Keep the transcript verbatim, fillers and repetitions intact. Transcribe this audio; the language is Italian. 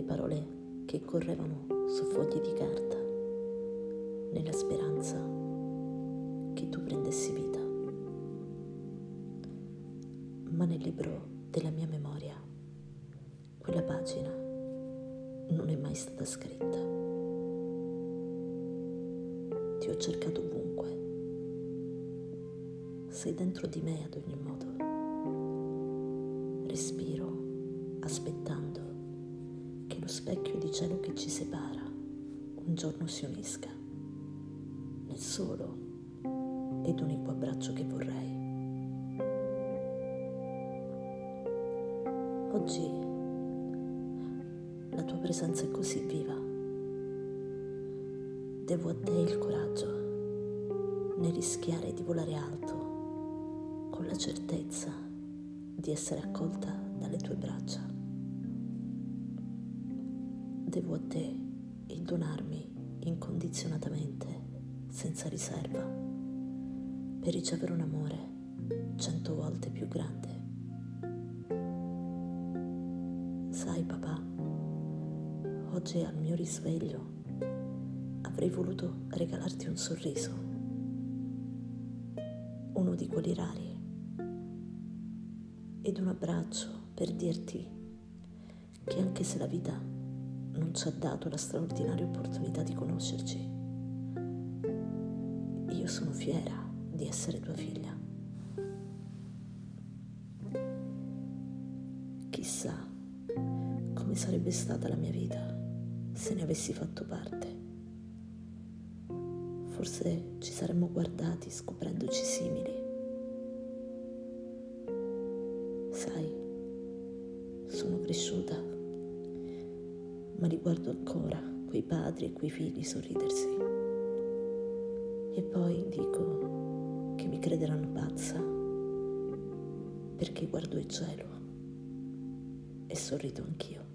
le parole che correvano su fogli di carta, nella speranza che tu prendessi vita. Ma nel libro della mia memoria, quella pagina non è mai stata scritta. Ti ho cercato ovunque. Sei dentro di me ad ogni modo. Respiro aspettando che lo specchio di cielo che ci separa un giorno si unisca nel solo ed unico abbraccio che vorrei. Oggi la tua presenza è così viva. Devo a te il coraggio nel rischiare di volare alto con la certezza di essere accolta dalle tue braccia. Devo a te il donarmi incondizionatamente, senza riserva, per ricevere un amore cento volte più grande. Sai, papà, oggi al mio risveglio avrei voluto regalarti un sorriso, uno di quelli rari, ed un abbraccio per dirti che anche se la vita non ci ha dato la straordinaria opportunità di conoscerci, io sono fiera di essere tua figlia. Chissà come sarebbe stata la mia vita se ne avessi fatto parte. Forse ci saremmo guardati scoprendoci simili. Sai, sono cresciuta, ma li guardo ancora, quei padri e quei figli sorridersi. E poi dico che mi crederanno pazza, perché guardo il cielo e sorrido anch'io.